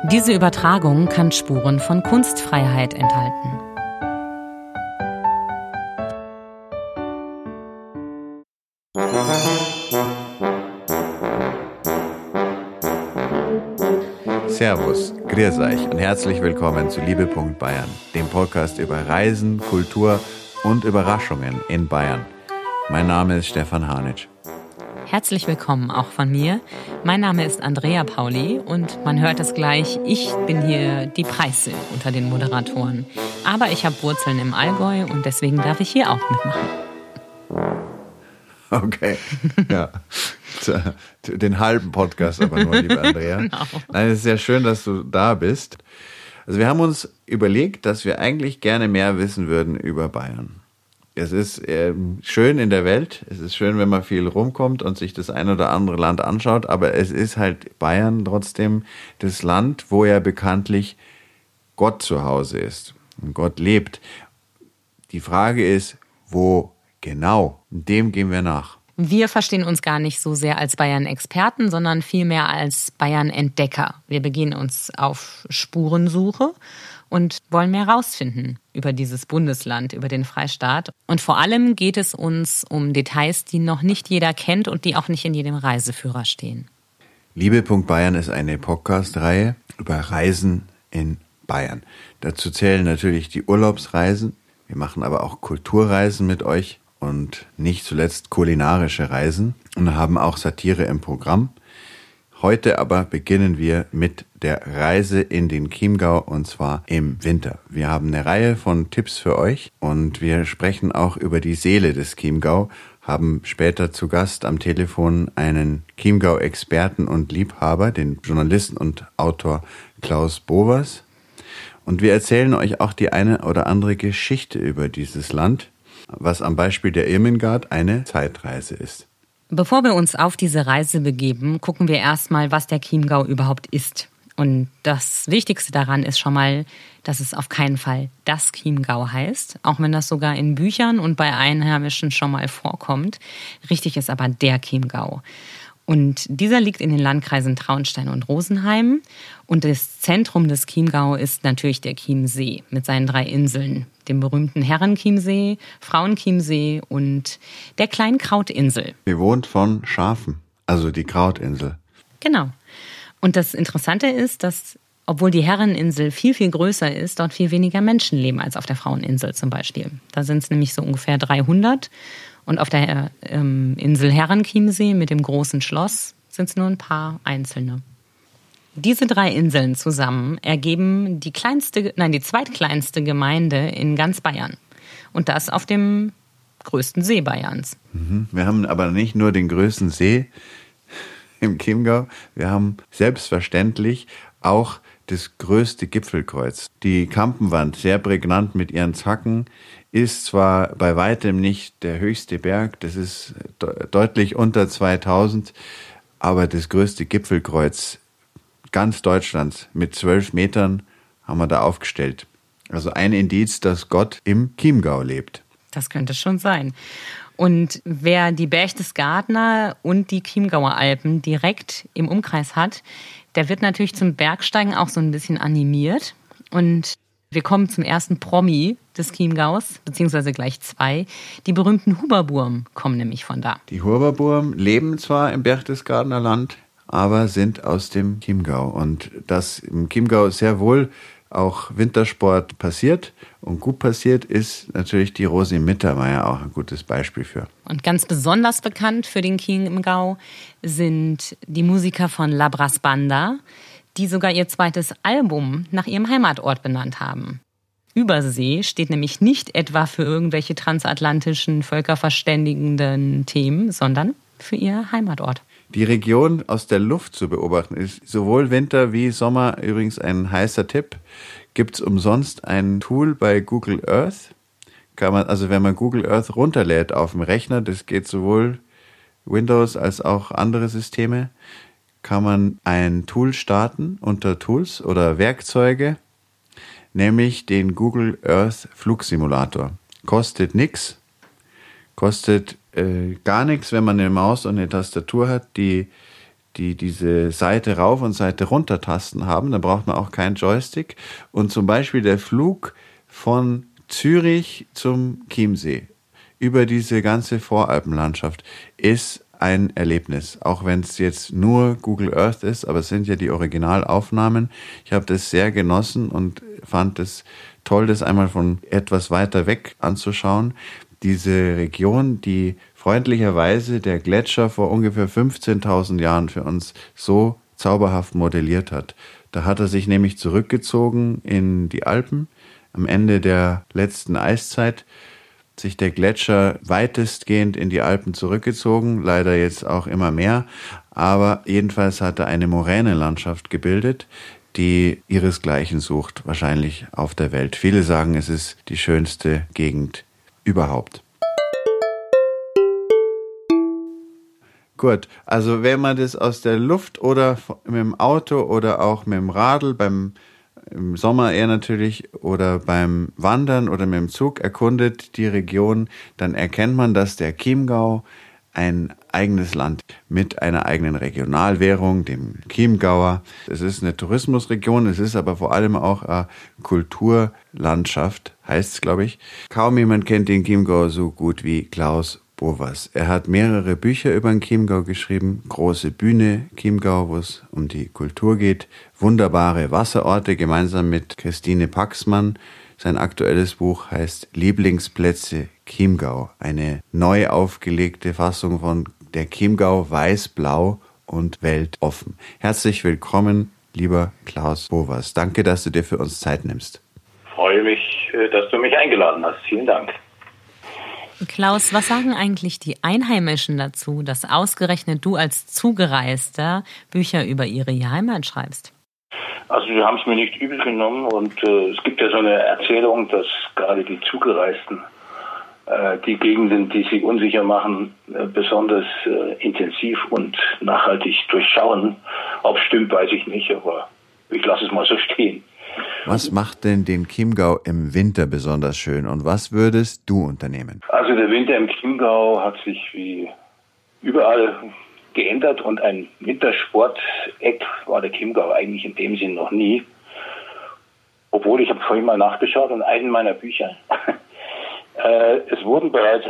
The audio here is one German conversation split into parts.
Diese Übertragung kann Spuren von Kunstfreiheit enthalten. Servus, grüß euch und herzlich willkommen zu Liebe.Bayern, dem Podcast über Reisen, Kultur und Überraschungen in Bayern. Mein Name ist Stefan Hanitsch. Herzlich willkommen auch von mir. Mein Name ist Andrea Pauli und man hört es gleich, ich bin hier die Preiße unter den Moderatoren. Aber ich habe Wurzeln im Allgäu und deswegen darf ich hier auch mitmachen. Okay, ja. Den halben Podcast aber nur, liebe Andrea. Genau. Nein, es ist sehr schön, dass du da bist. Also wir haben uns überlegt, dass wir eigentlich gerne mehr wissen würden über Bayern. Es ist schön in der Welt, es ist schön, wenn man viel rumkommt und sich das ein oder andere Land anschaut, aber es ist halt Bayern trotzdem das Land, wo ja bekanntlich Gott zu Hause ist und Gott lebt. Die Frage ist, wo genau? Dem gehen wir nach. Wir verstehen uns gar nicht so sehr als Bayern-Experten, sondern vielmehr als Bayern-Entdecker. Wir begeben uns auf Spurensuche und wollen mehr rausfinden über dieses Bundesland, über den Freistaat. Und vor allem geht es uns um Details, die noch nicht jeder kennt und die auch nicht in jedem Reiseführer stehen. Liebe.Bayern ist eine Podcast-Reihe über Reisen in Bayern. Dazu zählen natürlich die Urlaubsreisen. Wir machen aber auch Kulturreisen mit euch und nicht zuletzt kulinarische Reisen und haben auch Satire im Programm. Heute aber beginnen wir mit der Reise in den Chiemgau und zwar im Winter. Wir haben eine Reihe von Tipps für euch und wir sprechen auch über die Seele des Chiemgau, haben später zu Gast am Telefon einen Chiemgau-Experten und Liebhaber, den Journalisten und Autor Klaus Bovers. Und wir erzählen euch auch die eine oder andere Geschichte über dieses Land, was am Beispiel der Irmingard eine Zeitreise ist. Bevor wir uns auf diese Reise begeben, gucken wir erstmal, was der Chiemgau überhaupt ist. Und das Wichtigste daran ist schon mal, dass es auf keinen Fall das Chiemgau heißt, auch wenn das sogar in Büchern und bei Einheimischen schon mal vorkommt. Richtig ist aber der Chiemgau. Und dieser liegt in den Landkreisen Traunstein und Rosenheim. Und das Zentrum des Chiemgau ist natürlich der Chiemsee mit seinen 3 Inseln. Dem berühmten Herrenchiemsee, Frauenchiemsee und der kleinen Krautinsel. Bewohnt von Schafen, also die Krautinsel. Genau. Und das Interessante ist, dass, obwohl die Herreninsel viel, viel größer ist, dort viel weniger Menschen leben als auf der Fraueninsel zum Beispiel. Da sind es nämlich so ungefähr 300. Und auf der Insel Herrenchiemsee mit dem großen Schloss sind es nur ein paar einzelne. Diese 3 Inseln zusammen ergeben die zweitkleinste Gemeinde in ganz Bayern. Und das auf dem größten See Bayerns. Wir haben aber nicht nur den größten See im Chiemgau, wir haben selbstverständlich auch das größte Gipfelkreuz. Die Kampenwand, sehr prägnant mit ihren Zacken, ist zwar bei weitem nicht der höchste Berg, das ist deutlich unter 2000, aber das größte Gipfelkreuz ganz Deutschlands mit 12 Metern haben wir da aufgestellt. Also ein Indiz, dass Gott im Chiemgau lebt. Das könnte schon sein. Und wer die Berchtesgadener und die Chiemgauer Alpen direkt im Umkreis hat, der wird natürlich zum Bergsteigen auch so ein bisschen animiert. Und wir kommen zum ersten Promi des Chiemgaus, beziehungsweise gleich 2. Die berühmten Huberburm kommen nämlich von da. Die Huberburm leben zwar im Berchtesgadener Land, aber sind aus dem Chiemgau. Und dass im Chiemgau sehr wohl auch Wintersport passiert und gut passiert, ist natürlich die Rosi Mittermeier auch ein gutes Beispiel für. Und ganz besonders bekannt für den Chiemgau sind die Musiker von La Brass Banda, die sogar ihr 2. Album nach ihrem Heimatort benannt haben. Übersee steht nämlich nicht etwa für irgendwelche transatlantischen, völkerverständigenden Themen, sondern für ihr Heimatort. Die Region aus der Luft zu beobachten ist sowohl Winter wie Sommer übrigens ein heißer Tipp. Gibt es umsonst ein Tool bei Google Earth. Kann man, also wenn man Google Earth runterlädt auf dem Rechner, das geht sowohl Windows als auch andere Systeme, kann man ein Tool starten unter Tools oder Werkzeuge, nämlich den Google Earth Flugsimulator. Kostet nichts, kostet gar nichts, wenn man eine Maus und eine Tastatur hat. Die die diese Seite rauf und Seite runter Tasten haben. Da braucht man auch keinen Joystick. Und zum Beispiel der Flug von Zürich zum Chiemsee über diese ganze Voralpenlandschaft ist ein Erlebnis, auch wenn es jetzt nur Google Earth ist, aber es sind ja die Originalaufnahmen. Ich habe das sehr genossen und fand es toll, das einmal von etwas weiter weg anzuschauen. Diese Region, die freundlicherweise der Gletscher vor ungefähr 15.000 Jahren für uns so zauberhaft modelliert hat. Da hat er sich nämlich zurückgezogen in die Alpen. Am Ende der letzten Eiszeit sich der Gletscher weitestgehend in die Alpen zurückgezogen, leider jetzt auch immer mehr, aber jedenfalls hat er eine Moränenlandschaft gebildet, die ihresgleichen sucht, wahrscheinlich auf der Welt. Viele sagen, es ist die schönste Gegend überhaupt. Gut, also wenn man das aus der Luft oder mit dem Auto oder auch mit dem Radl im Sommer eher natürlich oder beim Wandern oder mit dem Zug erkundet die Region, dann erkennt man, dass der Chiemgau ein eigenes Land mit einer eigenen Regionalwährung, dem Chiemgauer. Es ist eine Tourismusregion, es ist aber vor allem auch eine Kulturlandschaft, heißt es, glaube ich. Kaum jemand kennt den Chiemgau so gut wie Klaus Bovers. Er hat mehrere Bücher über den Chiemgau geschrieben. Große Bühne Chiemgau, wo es um die Kultur geht. Wunderbare Wasserorte gemeinsam mit Christine Paxmann. Sein aktuelles Buch heißt Lieblingsplätze Chiemgau. Eine neu aufgelegte Fassung von der Chiemgau weiß-blau und weltoffen. Herzlich willkommen, lieber Klaus Bovers. Danke, dass du dir für uns Zeit nimmst. Freue mich, dass du mich eingeladen hast. Vielen Dank. Klaus, was sagen eigentlich die Einheimischen dazu, dass ausgerechnet du als Zugereister Bücher über ihre Heimat schreibst? Also wir haben es mir nicht übel genommen und es gibt ja so eine Erzählung, dass gerade die Zugereisten die Gegenden, die sie unsicher machen, besonders intensiv und nachhaltig durchschauen. Ob es stimmt, weiß ich nicht, aber ich lasse es mal so stehen. Was macht denn den Chiemgau im Winter besonders schön und was würdest du unternehmen? Also der Winter im Chiemgau hat sich wie überall geändert und ein Wintersporteck war der Chiemgau eigentlich in dem Sinn noch nie. Obwohl, ich habe vorhin mal nachgeschaut in einem meiner Bücher. Es wurden bereits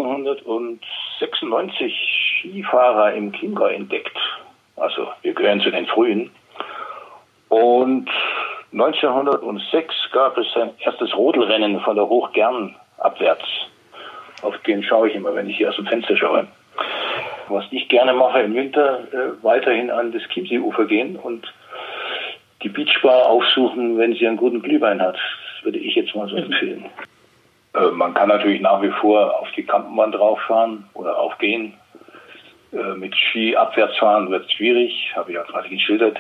1896 Skifahrer im Chiemgau entdeckt. Also wir gehören zu den frühen. Und 1906 gab es sein erstes Rodelrennen von der Hochgern abwärts. Auf den schaue ich immer, wenn ich hier aus dem Fenster schaue. Was ich gerne mache im Winter, weiterhin an das Chiemseeufer gehen und die Beachbar aufsuchen, wenn sie einen guten Glühwein hat. Das würde ich jetzt mal so empfehlen. Man kann natürlich nach wie vor auf die Kampenwand rauffahren oder aufgehen. Mit Ski abwärts fahren wird schwierig, habe ich ja gerade geschildert.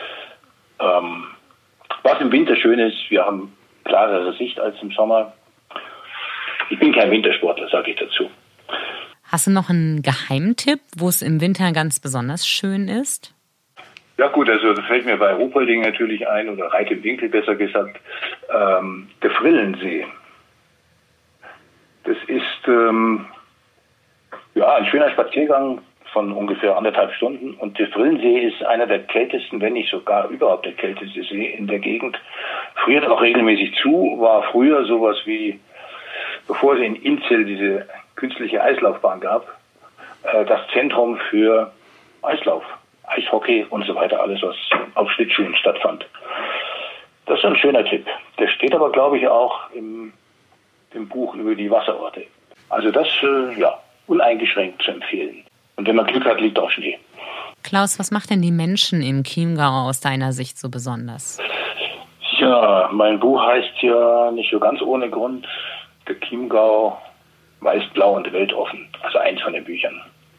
Was im Winter schön ist, wir haben klarere Sicht als im Sommer. Ich bin kein Wintersportler, sage ich dazu. Hast du noch einen Geheimtipp, wo es im Winter ganz besonders schön ist? Ja gut, also das fällt mir bei Ruhpolding natürlich ein, oder Reit im Winkel besser gesagt, der Frillensee. Das ist ein schöner Spaziergang von ungefähr 1,5 Stunden. Und der Frillensee ist einer der kältesten, wenn nicht sogar überhaupt der kälteste See in der Gegend. Friert auch regelmäßig zu, war früher sowas wie, bevor es in Inzell diese künstliche Eislaufbahn gab, das Zentrum für Eislauf, Eishockey und so weiter, alles was auf Schlittschuhen stattfand. Das ist ein schöner Tipp. Der steht aber, glaube ich, auch im Buch über die Wasserorte. Also das, uneingeschränkt zu empfehlen. Und wenn man Glück hat, liegt auch Schnee. Klaus, was macht denn die Menschen im Chiemgau aus deiner Sicht so besonders? Ja, mein Buch heißt ja nicht so ganz ohne Grund der Chiemgau weiß-blau und weltoffen. Also eins von den Büchern.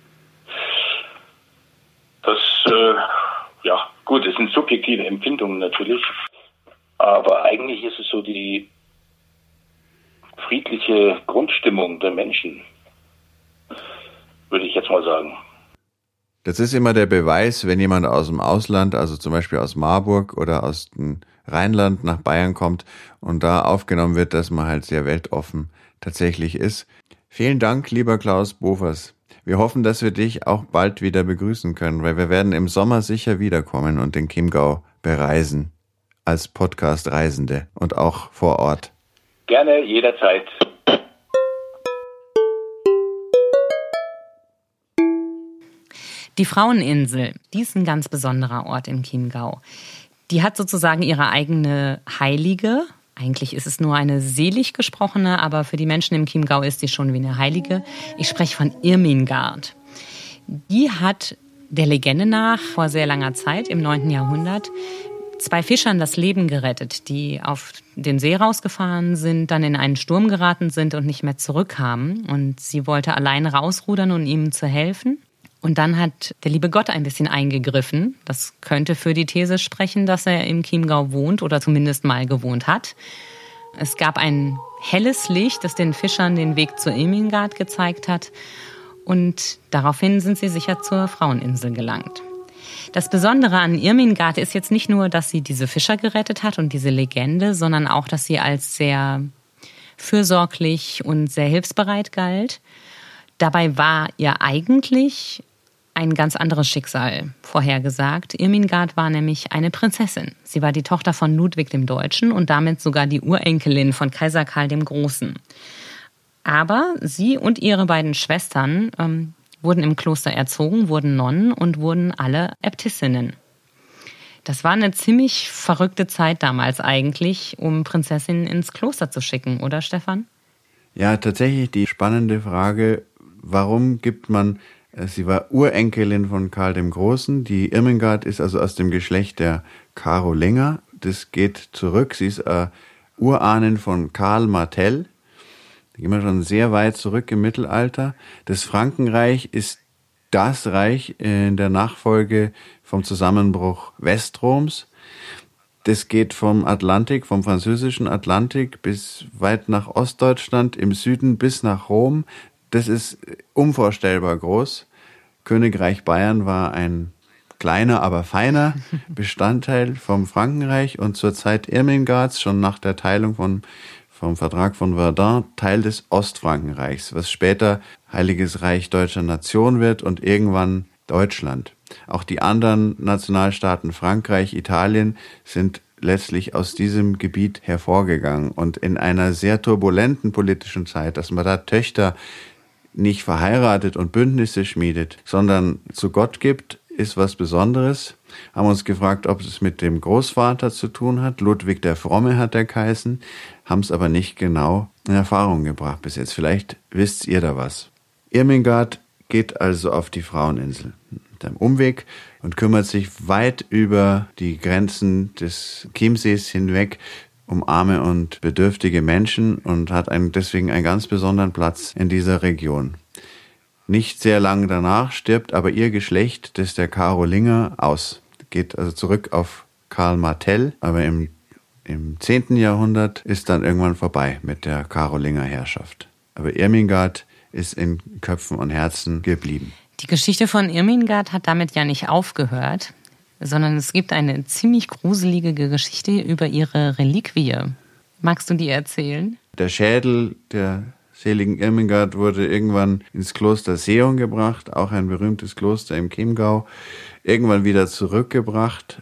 Das, gut, es sind subjektive Empfindungen natürlich. Aber eigentlich ist es so die friedliche Grundstimmung der Menschen, würde ich jetzt mal sagen. Das ist immer der Beweis, wenn jemand aus dem Ausland, also zum Beispiel aus Marburg oder aus dem Rheinland nach Bayern kommt und da aufgenommen wird, dass man halt sehr weltoffen tatsächlich ist. Vielen Dank, lieber Klaus Bovers. Wir hoffen, dass wir dich auch bald wieder begrüßen können, weil wir werden im Sommer sicher wiederkommen und den Chiemgau bereisen. Als Podcast-Reisende und auch vor Ort. Gerne, jederzeit. Die Fraueninsel, die ist ein ganz besonderer Ort im Chiemgau. Die hat sozusagen ihre eigene Heilige. Eigentlich ist es nur eine selig gesprochene, aber für die Menschen im Chiemgau ist sie schon wie eine Heilige. Ich spreche von Irmingard. Die hat der Legende nach vor sehr langer Zeit, im 9. Jahrhundert, 2 Fischern das Leben gerettet, die auf den See rausgefahren sind, dann in einen Sturm geraten sind und nicht mehr zurückkamen. Und sie wollte allein rausrudern, um ihm zu helfen. Und dann hat der liebe Gott ein bisschen eingegriffen. Das könnte für die These sprechen, dass er im Chiemgau wohnt oder zumindest mal gewohnt hat. Es gab ein helles Licht, das den Fischern den Weg zur Irmingard gezeigt hat. Und daraufhin sind sie sicher zur Fraueninsel gelangt. Das Besondere an Irmingard ist jetzt nicht nur, dass sie diese Fischer gerettet hat und diese Legende, sondern auch, dass sie als sehr fürsorglich und sehr hilfsbereit galt. Dabei war ihr eigentlich ein ganz anderes Schicksal vorhergesagt. Irmingard war nämlich eine Prinzessin. Sie war die Tochter von Ludwig dem Deutschen und damit sogar die Urenkelin von Kaiser Karl dem Großen. Aber sie und ihre beiden Schwestern wurden im Kloster erzogen, wurden Nonnen und wurden alle Äbtissinnen. Das war eine ziemlich verrückte Zeit damals eigentlich, um Prinzessinnen ins Kloster zu schicken, oder Stefan? Ja, tatsächlich die spannende Frage, warum gibt man, sie war Urenkelin von Karl dem Großen, die Irmingard ist also aus dem Geschlecht der Karolinger, das geht zurück, sie ist Urahnin von Karl Martell. Da gehen wir schon sehr weit zurück im Mittelalter. Das Frankenreich ist das Reich in der Nachfolge vom Zusammenbruch Westroms. Das geht vom Atlantik, vom französischen Atlantik bis weit nach Ostdeutschland, im Süden bis nach Rom. Das ist unvorstellbar groß. Königreich Bayern war ein kleiner, aber feiner Bestandteil vom Frankenreich und zur Zeit Irmingards, schon nach der Teilung vom Vertrag von Verdun, Teil des Ostfrankenreichs, was später Heiliges Reich Deutscher Nation wird und irgendwann Deutschland. Auch die anderen Nationalstaaten Frankreich, Italien sind letztlich aus diesem Gebiet hervorgegangen. Und in einer sehr turbulenten politischen Zeit, dass man da Töchter nicht verheiratet und Bündnisse schmiedet, sondern zu Gott gibt, ist was Besonderes. Haben uns gefragt, ob es mit dem Großvater zu tun hat. Ludwig der Fromme hat er geheißen, haben es aber nicht genau in Erfahrung gebracht bis jetzt. Vielleicht wisst ihr da was. Irmingard geht also auf die Fraueninsel mit einem Umweg und kümmert sich weit über die Grenzen des Chiemsees hinweg um arme und bedürftige Menschen und hat deswegen einen ganz besonderen Platz in dieser Region. Nicht sehr lang danach stirbt aber ihr Geschlecht, das der Karolinger, aus. Geht also zurück auf Karl Martell, aber im 10. Jahrhundert ist dann irgendwann vorbei mit der Karolinger Herrschaft. Aber Irmingard ist in Köpfen und Herzen geblieben. Die Geschichte von Irmingard hat damit ja nicht aufgehört, sondern es gibt eine ziemlich gruselige Geschichte über ihre Reliquie. Magst du die erzählen? Der Schädel der seligen Irmingard wurde irgendwann ins Kloster Seeon gebracht, auch ein berühmtes Kloster im Chiemgau, irgendwann wieder zurückgebracht,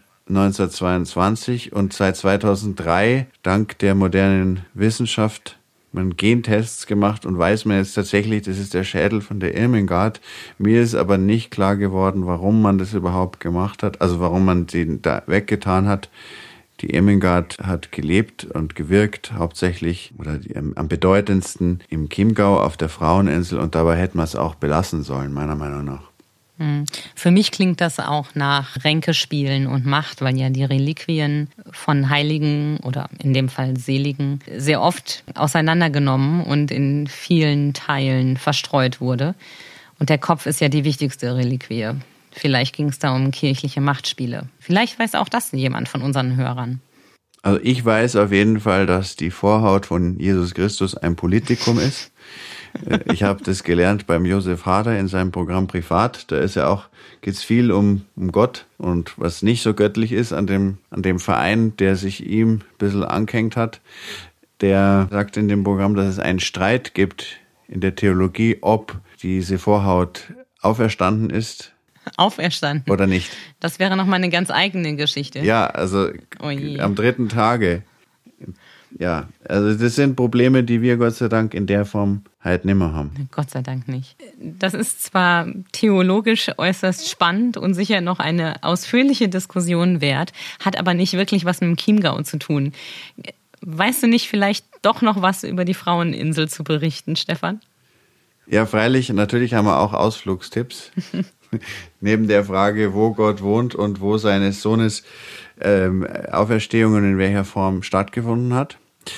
1922, und seit 2003, dank der modernen Wissenschaft, man Gentests gemacht und weiß man jetzt tatsächlich, das ist der Schädel von der Irmingard. Mir ist aber nicht klar geworden, warum man das überhaupt gemacht hat, also warum man den da weggetan hat. Die Irmingard hat gelebt und gewirkt, hauptsächlich oder am bedeutendsten im Chiemgau auf der Fraueninsel, und dabei hätte man es auch belassen sollen, meiner Meinung nach. Für mich klingt das auch nach Ränkespielen und Macht, weil ja die Reliquien von Heiligen oder in dem Fall Seligen sehr oft auseinandergenommen und in vielen Teilen verstreut wurde. Und der Kopf ist ja die wichtigste Reliquie. Vielleicht ging es da um kirchliche Machtspiele. Vielleicht weiß auch das jemand von unseren Hörern. Also ich weiß auf jeden Fall, dass die Vorhaut von Jesus Christus ein Politikum ist. Ich habe das gelernt beim Josef Hader in seinem Programm Privat. Da ist ja auch, geht's viel um Gott und was nicht so göttlich ist an dem Verein, der sich ihm ein bisschen angehängt hat. Der sagt in dem Programm, dass es einen Streit gibt in der Theologie, ob diese Vorhaut auferstanden ist. Auferstanden? Oder nicht. Das wäre nochmal eine ganz eigene Geschichte. Ja, also am 3. Tage. Ja, also das sind Probleme, die wir Gott sei Dank in der Form halt nimmer haben. Gott sei Dank nicht. Das ist zwar theologisch äußerst spannend und sicher noch eine ausführliche Diskussion wert, hat aber nicht wirklich was mit dem Chiemgau zu tun. Weißt du nicht vielleicht doch noch was über die Fraueninsel zu berichten, Stefan? Ja, freilich. Natürlich haben wir auch Ausflugstipps. Neben der Frage, wo Gott wohnt und wo seines Sohnes Auferstehung und in welcher Form stattgefunden hat.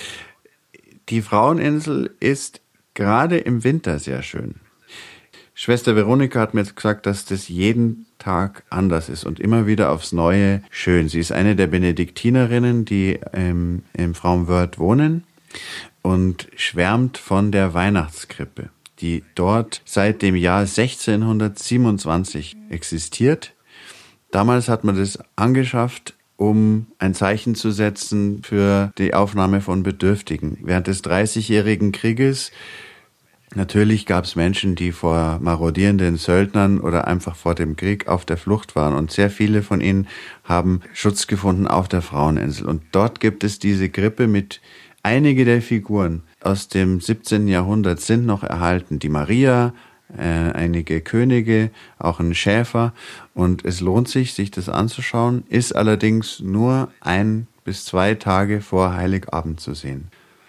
Die Fraueninsel ist gerade im Winter sehr schön. Schwester Veronika hat mir jetzt gesagt, dass das jeden Tag anders ist und immer wieder aufs Neue schön. Sie ist eine der Benediktinerinnen, die im Frauenwörth wohnen und schwärmt von der Weihnachtskrippe, die dort seit dem Jahr 1627 existiert. Damals hat man das angeschafft, um ein Zeichen zu setzen für die Aufnahme von Bedürftigen. Während des 30-jährigen Krieges natürlich gab es Menschen, die vor marodierenden Söldnern oder einfach vor dem Krieg auf der Flucht waren. Und sehr viele von ihnen haben Schutz gefunden auf der Fraueninsel. Und dort gibt es diese Krippe mit einige der Figuren aus dem 17. Jahrhundert sind noch erhalten. Die Maria, einige Könige, auch ein Schäfer. Und es lohnt sich das anzuschauen, ist allerdings nur 1 bis 2 Tage vor Heiligabend zu sehen.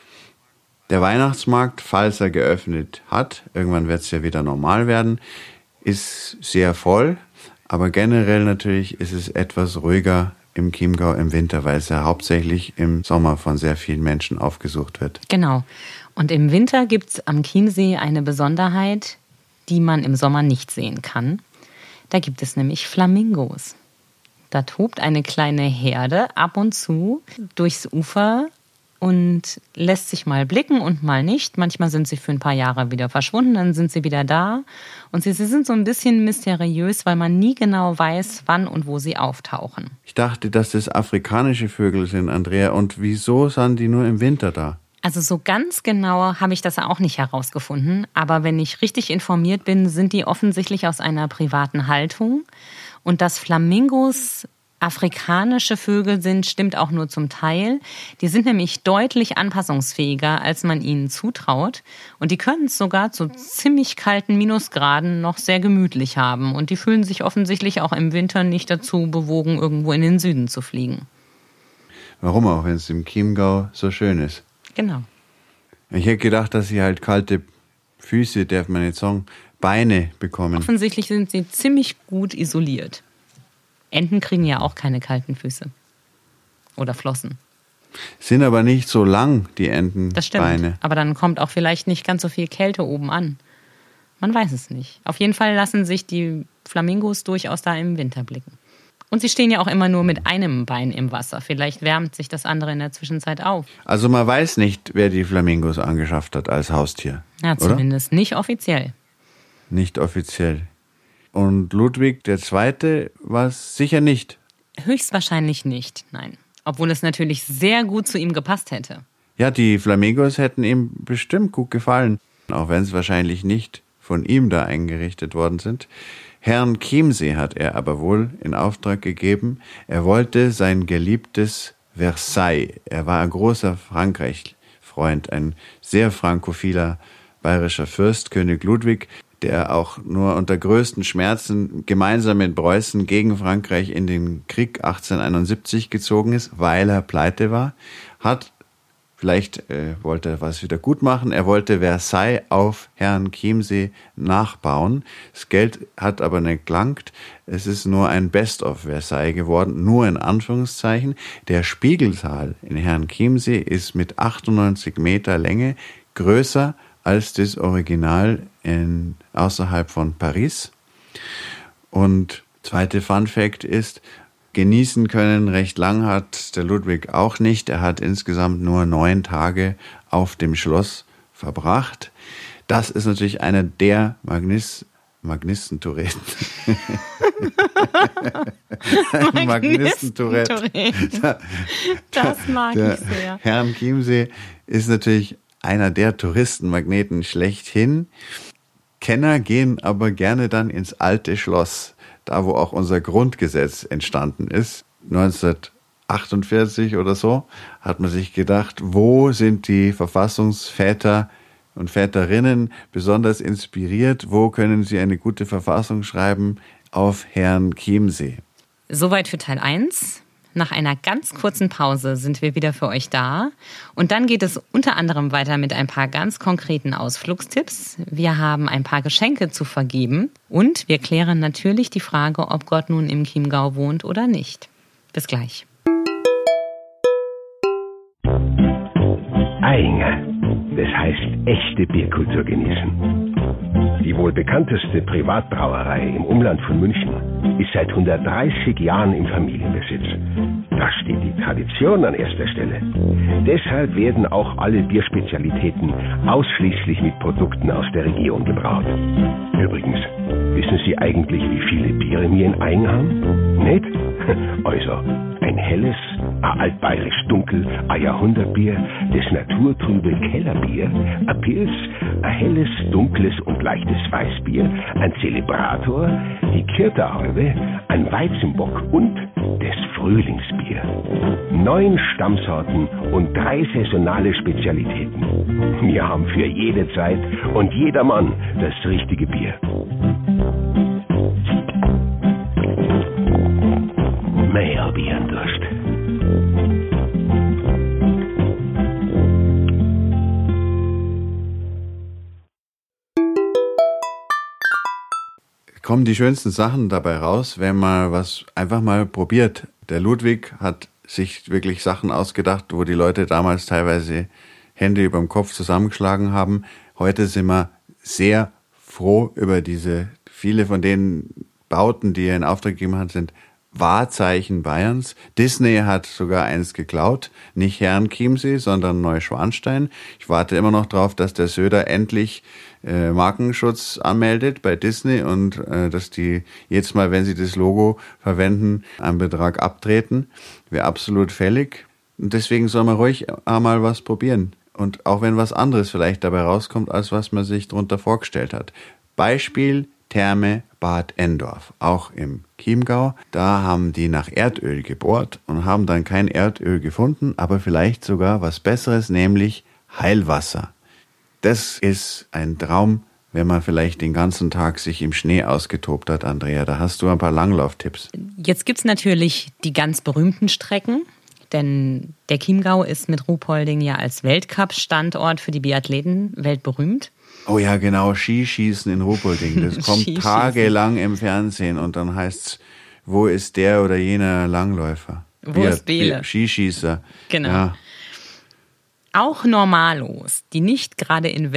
Der Weihnachtsmarkt, falls er geöffnet hat, irgendwann wird es ja wieder normal werden, ist sehr voll. Aber generell natürlich ist es etwas ruhiger im Chiemgau im Winter, weil es ja hauptsächlich im Sommer von sehr vielen Menschen aufgesucht wird. Genau. Und im Winter gibt es am Chiemsee eine Besonderheit, die man im Sommer nicht sehen kann. Da gibt es nämlich Flamingos. Da tobt eine kleine Herde ab und zu durchs Ufer und lässt sich mal blicken und mal nicht. Manchmal sind sie für ein paar Jahre wieder verschwunden, dann sind sie wieder da. Und sie sind so ein bisschen mysteriös, weil man nie genau weiß, wann und wo sie auftauchen. Ich dachte, dass das afrikanische Vögel sind, Andrea. Und wieso sind die nur im Winter da? Also so ganz genau habe ich das auch nicht herausgefunden. Aber wenn ich richtig informiert bin, sind die offensichtlich aus einer privaten Haltung. Und dass Flamingos afrikanische Vögel sind, stimmt auch nur zum Teil. Die sind nämlich deutlich anpassungsfähiger, als man ihnen zutraut. Und die können es sogar zu ziemlich kalten Minusgraden noch sehr gemütlich haben. Und die fühlen sich offensichtlich auch im Winter nicht dazu bewogen, irgendwo in den Süden zu fliegen. Warum auch, wenn es im Chiemgau so schön ist? Genau. Ich hätte gedacht, dass sie halt kalte Füße, darf man nicht sagen, Beine bekommen. Offensichtlich sind sie ziemlich gut isoliert. Enten kriegen ja auch keine kalten Füße. Oder Flossen. Sind aber nicht so lang, die Entenbeine. Das stimmt. Aber dann kommt auch vielleicht nicht ganz so viel Kälte oben an. Man weiß es nicht. Auf jeden Fall lassen sich die Flamingos durchaus da im Winter blicken. Und sie stehen ja auch immer nur mit einem Bein im Wasser. Vielleicht wärmt sich das andere in der Zwischenzeit auf. Also man weiß nicht, wer die Flamingos angeschafft hat als Haustier. Ja, zumindest oder? Nicht offiziell. Nicht offiziell. Und Ludwig II. War es sicher nicht. Höchstwahrscheinlich nicht, nein. Obwohl es natürlich sehr gut zu ihm gepasst hätte. Ja, die Flamingos hätten ihm bestimmt gut gefallen. Auch wenn es wahrscheinlich nicht von ihm da eingerichtet worden sind. Herrn Chiemsee hat er aber wohl in Auftrag gegeben. Er wollte sein geliebtes Versailles. Er war ein großer Frankreich-Freund, ein sehr frankophiler bayerischer Fürst, König Ludwig, der auch nur unter größten Schmerzen gemeinsam mit Preußen gegen Frankreich in den Krieg 1871 gezogen ist, weil er pleite war, hat vielleicht wollte er was wieder gut machen. Er wollte Versailles auf Herrn Chiemsee nachbauen. Das Geld hat aber nicht gelangt. Es ist nur ein Best of Versailles geworden, nur in Anführungszeichen. Der Spiegelsaal in Herrn Chiemsee ist mit 98 Meter Länge größer als das Original außerhalb von Paris. Und zweite Fun Fact ist, genießen können recht lang hat der Ludwig auch nicht. Er hat insgesamt nur 9 Tage auf dem Schloss verbracht. Das ist natürlich einer der Magnistentouristen. Magnistentourette. Das mag ich sehr. Herrn Chiemsee ist natürlich einer der Touristenmagneten schlechthin. Kenner gehen aber gerne dann ins alte Schloss, da wo auch unser Grundgesetz entstanden ist. 1948 oder so hat man sich gedacht, wo sind die Verfassungsväter und Väterinnen besonders inspiriert, wo können sie eine gute Verfassung schreiben? Auf Herrn Chiemsee. Soweit für Teil 1. Nach einer ganz kurzen Pause sind wir wieder für euch da. Und dann geht es unter anderem weiter mit ein paar ganz konkreten Ausflugstipps. Wir haben ein paar Geschenke zu vergeben. Und wir klären natürlich die Frage, ob Gott nun im Chiemgau wohnt oder nicht. Bis gleich. Ayinger. Das heißt, echte Bierkultur genießen. Die wohl bekannteste Privatbrauerei im Umland von München ist seit 130 Jahren im Familienbesitz. Da steht die Tradition an erster Stelle. Deshalb werden auch alle Bierspezialitäten ausschließlich mit Produkten aus der Region gebraut. Übrigens, wissen Sie eigentlich, wie viele Biere wir in Aing haben? Nicht? Also, ein helles, ein altbayerisch dunkel, ein Jahrhundertbier, das naturtrübe Kellerbier, ein Pils, ein helles, dunkles und leichtes Weißbier, ein Zelebrator, die Kirterhalbe, ein Weizenbock und das Frühlingsbier. 9 Stammsorten und 3 saisonale Spezialitäten. Wir haben für jede Zeit und jedermann das richtige Bier. Mehr hab ich an Durst. Kommen die schönsten Sachen dabei raus, wenn man was einfach mal probiert. Der Ludwig hat sich wirklich Sachen ausgedacht, wo die Leute damals teilweise Hände über dem Kopf zusammengeschlagen haben. Heute sind wir sehr froh über viele von den Bauten, die er in Auftrag gegeben hat, sind Wahrzeichen Bayerns. Disney hat sogar eins geklaut, nicht Herrn Chiemsee, sondern Neuschwanstein. Ich warte immer noch drauf, dass der Söder endlich Markenschutz anmeldet bei Disney und dass die jedes Mal, wenn sie das Logo verwenden, einen Betrag abtreten. Wäre absolut fällig. Und deswegen soll man ruhig einmal was probieren. Und auch wenn was anderes vielleicht dabei rauskommt, als was man sich darunter vorgestellt hat. Beispiel Therme Bad Endorf, auch im Chiemgau. Da haben die nach Erdöl gebohrt und haben dann kein Erdöl gefunden, aber vielleicht sogar was Besseres, nämlich Heilwasser. Das ist ein Traum, wenn man vielleicht den ganzen Tag sich im Schnee ausgetobt hat, Andrea. Da hast du ein paar Langlauftipps. Jetzt gibt's natürlich die ganz berühmten Strecken, denn der Chiemgau ist mit Ruhpolding ja als Weltcup-Standort für die Biathleten weltberühmt. Oh ja, genau, Skischießen in Ruhpolding. Das kommt tagelang im Fernsehen und dann heißt's, wo ist der oder jener Langläufer? Wo ist Bele? Skischießer. Genau. Ja. Auch Normalos, die nicht gerade in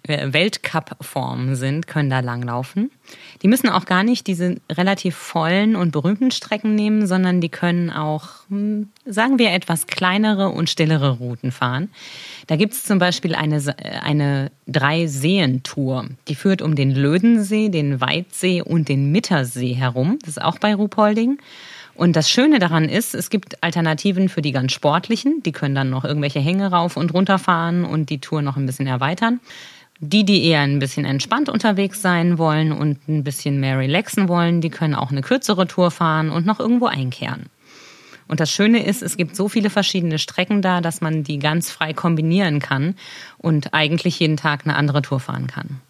Weltcup-Form sind, können da langlaufen. Die müssen auch gar nicht diese relativ vollen und berühmten Strecken nehmen, sondern die können auch, sagen wir, etwas kleinere und stillere Routen fahren. Da gibt es zum Beispiel eine 3-Seen-Tour. Die führt um den Lödensee, den Weitsee und den Mittersee herum. Das ist auch bei Ruhpolding. Und das Schöne daran ist, es gibt Alternativen für die ganz Sportlichen. Die können dann noch irgendwelche Hänge rauf und runter fahren und die Tour noch ein bisschen erweitern. Die eher ein bisschen entspannt unterwegs sein wollen und ein bisschen mehr relaxen wollen, die können auch eine kürzere Tour fahren und noch irgendwo einkehren. Und das Schöne ist, es gibt so viele verschiedene Strecken da, dass man die ganz frei kombinieren kann und eigentlich jeden Tag eine andere Tour fahren kann.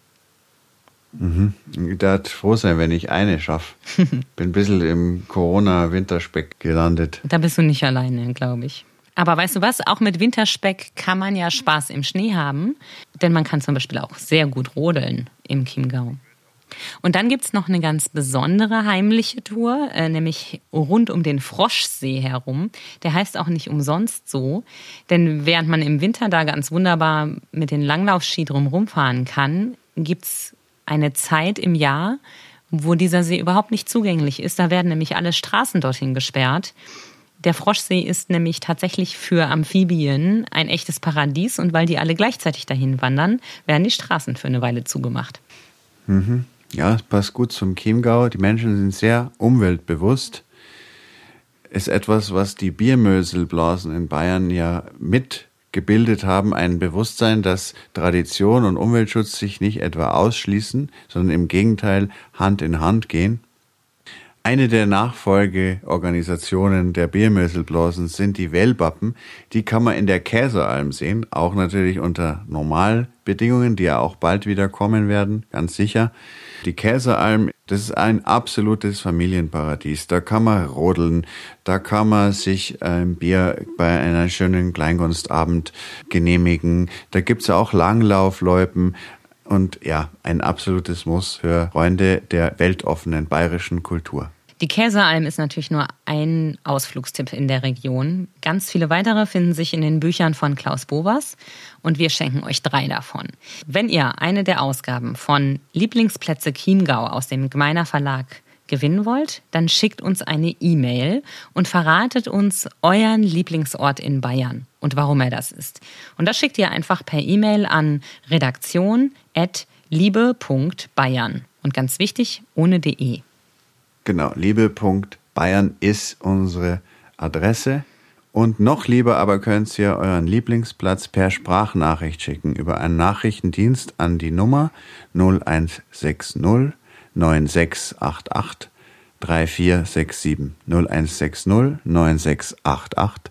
Ich darf froh sein, wenn ich eine schaffe. Bin ein bisschen im Corona-Winterspeck gelandet. Da bist du nicht alleine, glaube ich. Aber weißt du was, auch mit Winterspeck kann man ja Spaß im Schnee haben, denn man kann zum Beispiel auch sehr gut rodeln im Chiemgau. Und dann gibt's noch eine ganz besondere heimliche Tour, nämlich rund um den Froschsee herum. Der heißt auch nicht umsonst so, denn während man im Winter da ganz wunderbar mit den Langlaufski drum rumfahren kann, gibt's eine Zeit im Jahr, wo dieser See überhaupt nicht zugänglich ist. Da werden nämlich alle Straßen dorthin gesperrt. Der Froschsee ist nämlich tatsächlich für Amphibien ein echtes Paradies und weil die alle gleichzeitig dahin wandern, werden die Straßen für eine Weile zugemacht. Ja, es passt gut zum Chiemgau. Die Menschen sind sehr umweltbewusst. Ist etwas, was die Biermöselblasen in Bayern ja mit gebildet haben, ein Bewusstsein, dass Tradition und Umweltschutz sich nicht etwa ausschließen, sondern im Gegenteil Hand in Hand gehen. Eine der Nachfolgeorganisationen der Biermöselblasen sind die Wellbappen. Die kann man in der Käseralm sehen, auch natürlich unter Normalbedingungen, die ja auch bald wieder kommen werden, ganz sicher. Die Käseralm, das ist ein absolutes Familienparadies. Da kann man rodeln, da kann man sich ein Bier bei einer schönen Kleinkunstabend genehmigen. Da gibt's auch Langlaufloipen. Und ja, ein absolutes Muss für Freunde der weltoffenen bayerischen Kultur. Die Käseralm ist natürlich nur ein Ausflugstipp in der Region. Ganz viele weitere finden sich in den Büchern von Klaus Bovers und wir schenken euch 3 davon. Wenn ihr eine der Ausgaben von Lieblingsplätze Chiemgau aus dem Gmeiner Verlag gewinnen wollt, dann schickt uns eine E-Mail und verratet uns euren Lieblingsort in Bayern und warum er das ist. Und das schickt ihr einfach per E-Mail an redaktion@liebe.bayern. Und ganz wichtig, ohne de. Genau, liebe.bayern ist unsere Adresse. Und noch lieber aber könnt ihr euren Lieblingsplatz per Sprachnachricht schicken über einen Nachrichtendienst an die Nummer 0160 9688 3467. 0160 9688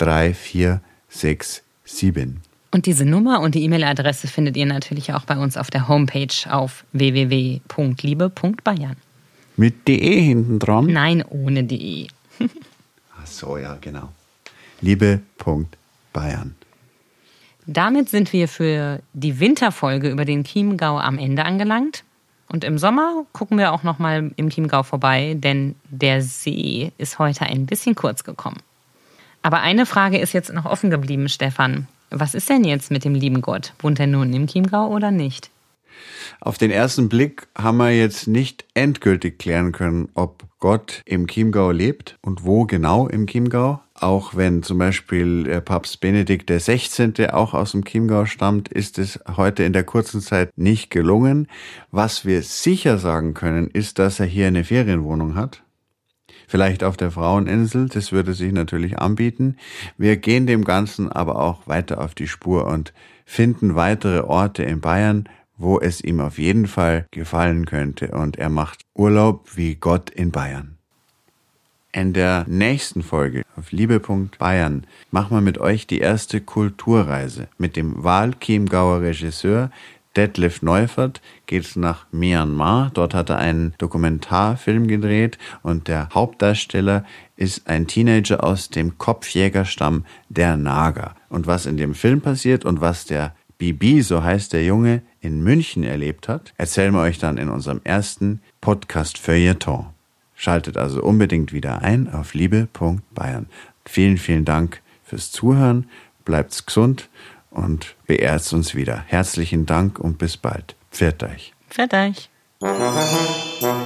3467. Und diese Nummer und die E-Mail-Adresse findet ihr natürlich auch bei uns auf der Homepage auf www.liebe.bayern. Mit de hinten dran? Nein, ohne de. Ach so, ja, genau. Liebe.bayern. Damit sind wir für die Winterfolge über den Chiemgau am Ende angelangt. Und im Sommer gucken wir auch noch mal im Chiemgau vorbei, denn der See ist heute ein bisschen kurz gekommen. Aber eine Frage ist jetzt noch offen geblieben, Stefan. Was ist denn jetzt mit dem lieben Gott? Wohnt er nun im Chiemgau oder nicht? Auf den ersten Blick haben wir jetzt nicht endgültig klären können, ob Gott im Chiemgau lebt und wo genau im Chiemgau. Auch wenn zum Beispiel der Papst Benedikt XVI. Auch aus dem Chiemgau stammt, ist es heute in der kurzen Zeit nicht gelungen. Was wir sicher sagen können, ist, dass er hier eine Ferienwohnung hat. Vielleicht auf der Fraueninsel, das würde sich natürlich anbieten. Wir gehen dem Ganzen aber auch weiter auf die Spur und finden weitere Orte in Bayern, wo es ihm auf jeden Fall gefallen könnte. Und er macht Urlaub wie Gott in Bayern. In der nächsten Folge auf Liebe.bayern machen wir mit euch die erste Kulturreise. Mit dem Wahlchiemgauer Regisseur Detlef Neufert geht's nach Myanmar. Dort hat er einen Dokumentarfilm gedreht und der Hauptdarsteller ist ein Teenager aus dem Kopfjägerstamm der Naga. Und was in dem Film passiert und was der Bibi, so heißt der Junge, in München erlebt hat, erzählen wir euch dann in unserem ersten Podcast-Feuilleton. Schaltet also unbedingt wieder ein auf liebe.bayern. Vielen, vielen Dank fürs Zuhören. Bleibt's gesund und beehrt uns wieder. Herzlichen Dank und bis bald. Pfiat euch. Pfiat euch.